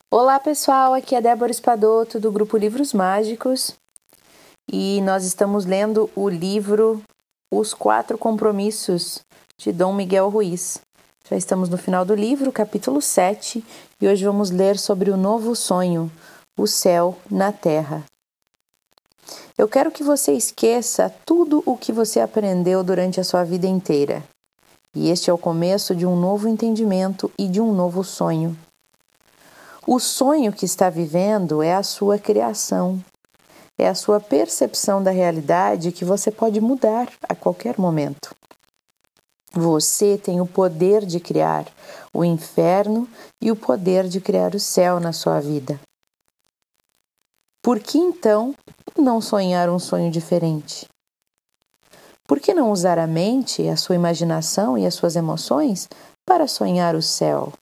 Olá pessoal, aqui é Débora Espadoto do grupo Livros Mágicos e nós estamos lendo o livro Os Quatro Compromissos de Dom Miguel Ruiz. Já estamos no final do livro, capítulo 7, e hoje vamos ler sobre o novo sonho, o céu na terra. Eu quero que você esqueça tudo o que você aprendeu durante a sua vida inteira. E este é o começo de um novo entendimento e de um novo sonho. O sonho que está vivendo é a sua criação, é a sua percepção da realidade que você pode mudar a qualquer momento. Você tem o poder de criar o inferno e o poder de criar o céu na sua vida. Por que então não sonhar um sonho diferente? Por que não usar a mente, a sua imaginação e as suas emoções para sonhar o céu?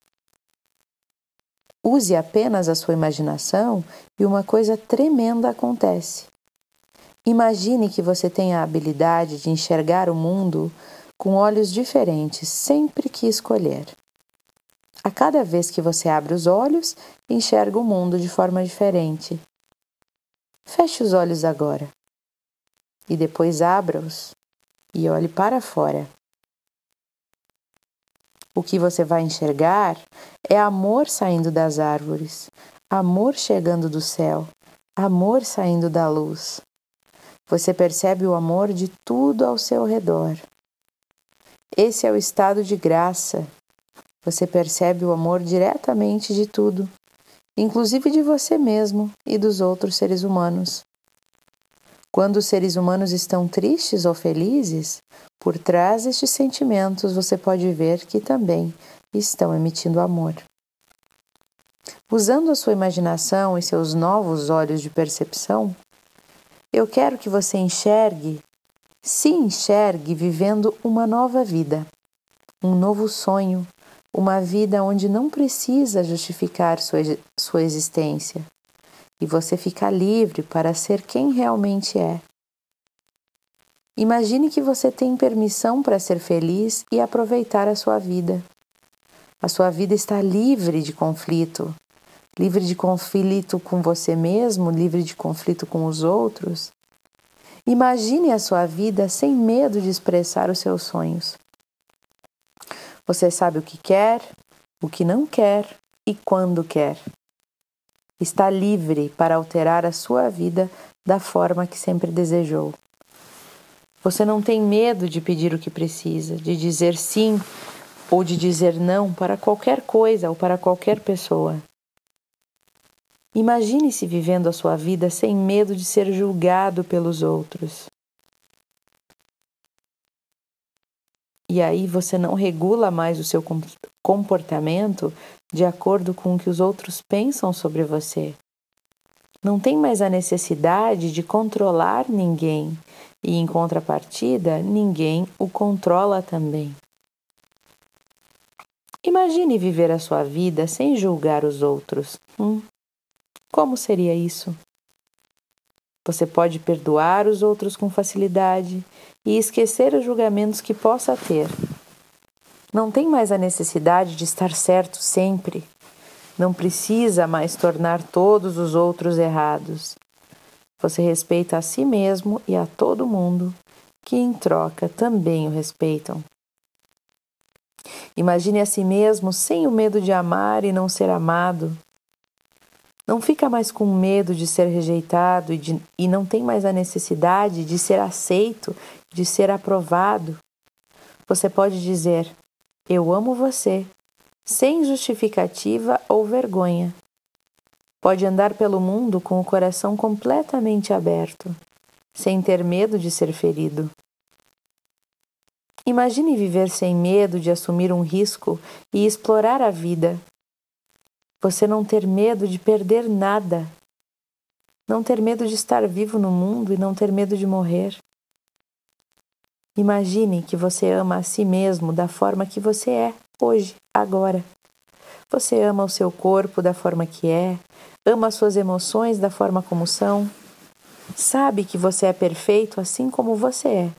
Use apenas a sua imaginação e uma coisa tremenda acontece. Imagine que você tem a habilidade de enxergar o mundo com olhos diferentes sempre que escolher. A cada vez que você abre os olhos, enxerga o mundo de forma diferente. Feche os olhos agora e depois abra-os e olhe para fora. O que você vai enxergar é amor saindo das árvores, amor chegando do céu, amor saindo da luz. Você percebe o amor de tudo ao seu redor. Esse é o estado de graça. Você percebe o amor diretamente de tudo, inclusive de você mesmo e dos outros seres humanos. Quando os seres humanos estão tristes ou felizes, por trás destes sentimentos você pode ver que também estão emitindo amor. Usando a sua imaginação e seus novos olhos de percepção, eu quero que você se enxergue vivendo uma nova vida, um novo sonho, uma vida onde não precisa justificar sua existência. E você fica livre para ser quem realmente é. Imagine que você tem permissão para ser feliz e aproveitar a sua vida. A sua vida está livre de conflito com você mesmo, livre de conflito com os outros. Imagine a sua vida sem medo de expressar os seus sonhos. Você sabe o que quer, o que não quer e quando quer. Está livre para alterar a sua vida da forma que sempre desejou. Você não tem medo de pedir o que precisa, de dizer sim ou de dizer não para qualquer coisa ou para qualquer pessoa. Imagine-se vivendo a sua vida sem medo de ser julgado pelos outros. E aí você não regula mais o seu comportamento de acordo com o que os outros pensam sobre você. Não tem mais a necessidade de controlar ninguém e, em contrapartida, ninguém o controla também. Imagine viver a sua vida sem julgar os outros. Como seria isso? Você pode perdoar os outros com facilidade e esquecer os julgamentos que possa ter. Não tem mais a necessidade de estar certo sempre. Não precisa mais tornar todos os outros errados. Você respeita a si mesmo e a todo mundo, que em troca também o respeitam. Imagine a si mesmo sem o medo de amar e não ser amado. Não fica mais com medo de ser rejeitado e não tem mais a necessidade de ser aceito, de ser aprovado. Você pode dizer, eu amo você, sem justificativa ou vergonha. Pode andar pelo mundo com o coração completamente aberto, sem ter medo de ser ferido. Imagine viver sem medo de assumir um risco e explorar a vida. Você não ter medo de perder nada. Não ter medo de estar vivo no mundo e não ter medo de morrer. Imagine que você ama a si mesmo da forma que você é, hoje, agora. Você ama o seu corpo da forma que é, ama as suas emoções da forma como são. Sabe que você é perfeito assim como você é.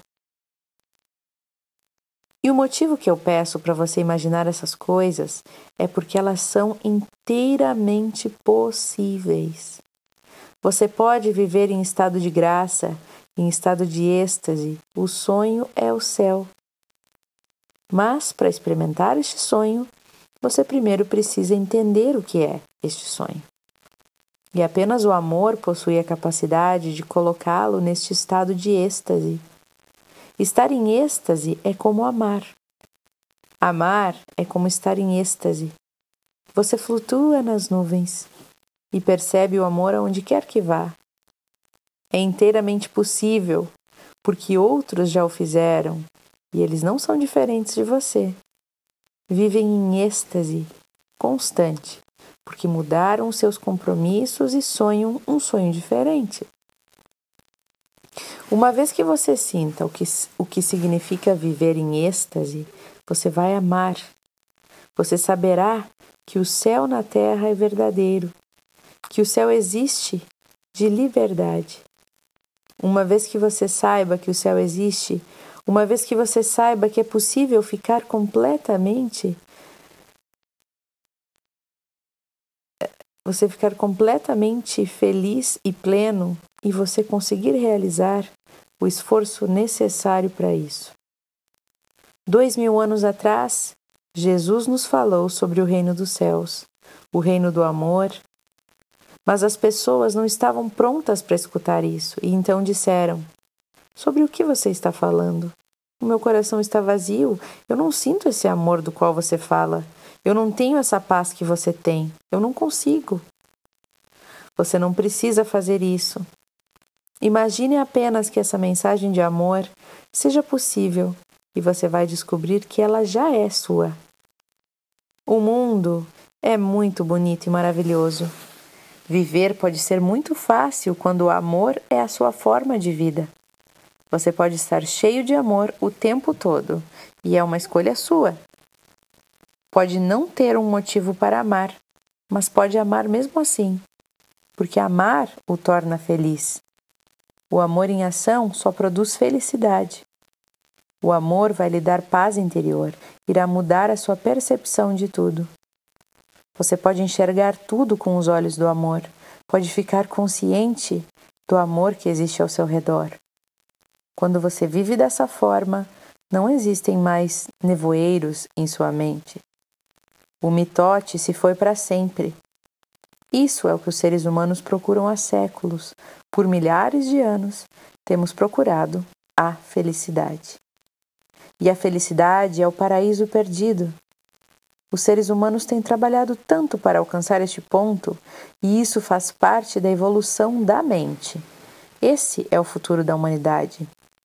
E o motivo que eu peço para você imaginar essas coisas é porque elas são inteiramente possíveis. Você pode viver em estado de graça, em estado de êxtase. O sonho é o céu. Mas, para experimentar este sonho, você primeiro precisa entender o que é este sonho. E apenas o amor possui a capacidade de colocá-lo neste estado de êxtase. Estar em êxtase é como amar. Amar é como estar em êxtase. Você flutua nas nuvens e percebe o amor aonde quer que vá. É inteiramente possível, porque outros já o fizeram e eles não são diferentes de você. Vivem em êxtase constante, porque mudaram seus compromissos e sonham um sonho diferente. Uma vez que você sinta o que significa viver em êxtase, você vai amar. Você saberá que o céu na terra é verdadeiro, que o céu existe de liberdade. Uma vez que você saiba que o céu existe, uma vez que você saiba que é possível ficar completamente feliz e pleno e você conseguir realizar o esforço necessário para isso. 2000 anos atrás, Jesus nos falou sobre o reino dos céus, o reino do amor, mas as pessoas não estavam prontas para escutar isso e então disseram: sobre o que você está falando? O meu coração está vazio, eu não sinto esse amor do qual você fala, eu não tenho essa paz que você tem, eu não consigo. Você não precisa fazer isso. Imagine apenas que essa mensagem de amor seja possível e você vai descobrir que ela já é sua. O mundo é muito bonito e maravilhoso. Viver pode ser muito fácil quando o amor é a sua forma de vida. Você pode estar cheio de amor o tempo todo e é uma escolha sua. Pode não ter um motivo para amar, mas pode amar mesmo assim, porque amar o torna feliz. O amor em ação só produz felicidade. O amor vai lhe dar paz interior, irá mudar a sua percepção de tudo. Você pode enxergar tudo com os olhos do amor, pode ficar consciente do amor que existe ao seu redor. Quando você vive dessa forma, não existem mais nevoeiros em sua mente. O mitote se foi para sempre. Isso é o que os seres humanos procuram há séculos. Por milhares de anos, temos procurado a felicidade. E a felicidade é o paraíso perdido. Os seres humanos têm trabalhado tanto para alcançar este ponto, e isso faz parte da evolução da mente. Esse é o futuro da humanidade.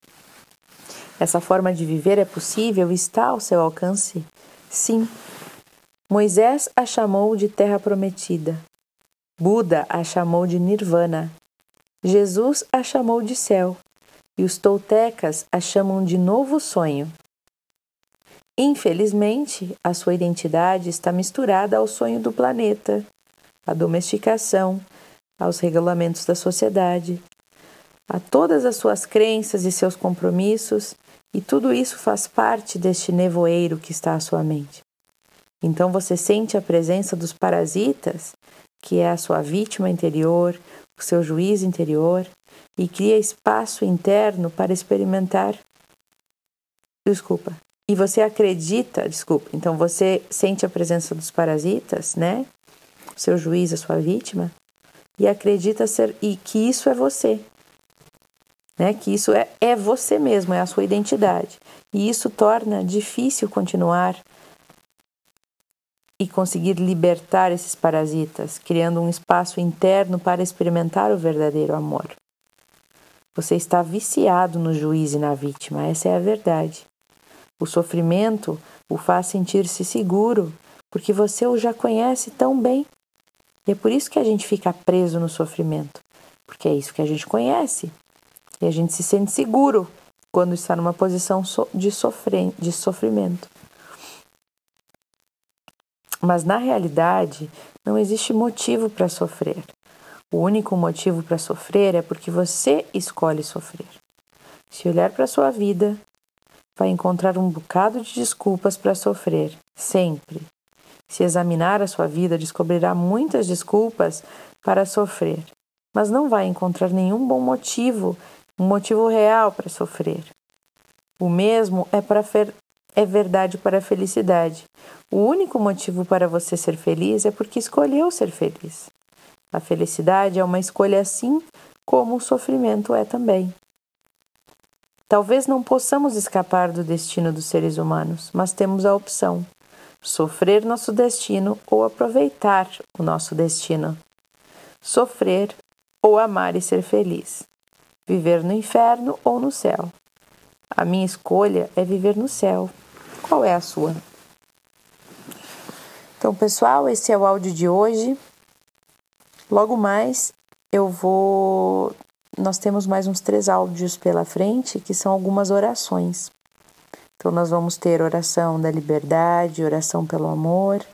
Essa forma de viver é possível e está ao seu alcance? Sim. Moisés a chamou de terra prometida. Buda a chamou de nirvana. Jesus a chamou de céu. E os toltecas a chamam de novo sonho. Infelizmente, a sua identidade está misturada ao sonho do planeta, à domesticação, aos regulamentos da sociedade, a todas as suas crenças e seus compromissos, e tudo isso faz parte deste nevoeiro que está à sua mente. Então você sente a presença dos parasitas, que é a sua vítima interior, o seu juiz interior, e cria espaço interno para experimentar. E você acredita, então você sente a presença dos parasitas, né? O seu juiz, a sua vítima, e acredita que isso é você, né? Que isso é você mesmo, é a sua identidade. E isso torna difícil continuar e conseguir libertar esses parasitas, criando um espaço interno para experimentar o verdadeiro amor. Você está viciado no juiz e na vítima, essa é a verdade. O sofrimento o faz sentir-se seguro, porque você o já conhece tão bem. E é por isso que a gente fica preso no sofrimento, porque é isso que a gente conhece. E a gente se sente seguro quando está numa posição de sofrimento. Mas na realidade, não existe motivo para sofrer. O único motivo para sofrer é porque você escolhe sofrer. Se olhar para a sua vida, vai encontrar um bocado de desculpas para sofrer, sempre. Se examinar a sua vida, descobrirá muitas desculpas para sofrer, mas não vai encontrar nenhum bom motivo, um motivo real para sofrer. O mesmo é verdade para a felicidade. O único motivo para você ser feliz é porque escolheu ser feliz. A felicidade é uma escolha assim como o sofrimento é também. Talvez não possamos escapar do destino dos seres humanos, mas temos a opção: sofrer nosso destino ou aproveitar o nosso destino. Sofrer ou amar e ser feliz. Viver no inferno ou no céu. A minha escolha é viver no céu. Qual é a sua? Então, pessoal, esse é o áudio de hoje. Logo mais, nós temos mais uns 3 áudios pela frente, que são algumas orações. Então, nós vamos ter oração da liberdade, oração pelo amor.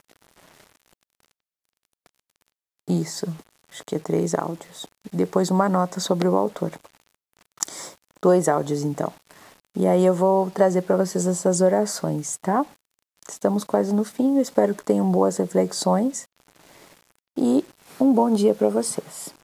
Isso, acho que é 3 áudios. Depois uma nota sobre o autor. 2 áudios, então. E aí eu vou trazer para vocês essas orações, tá? Estamos quase no fim, eu espero que tenham boas reflexões e um bom dia para vocês.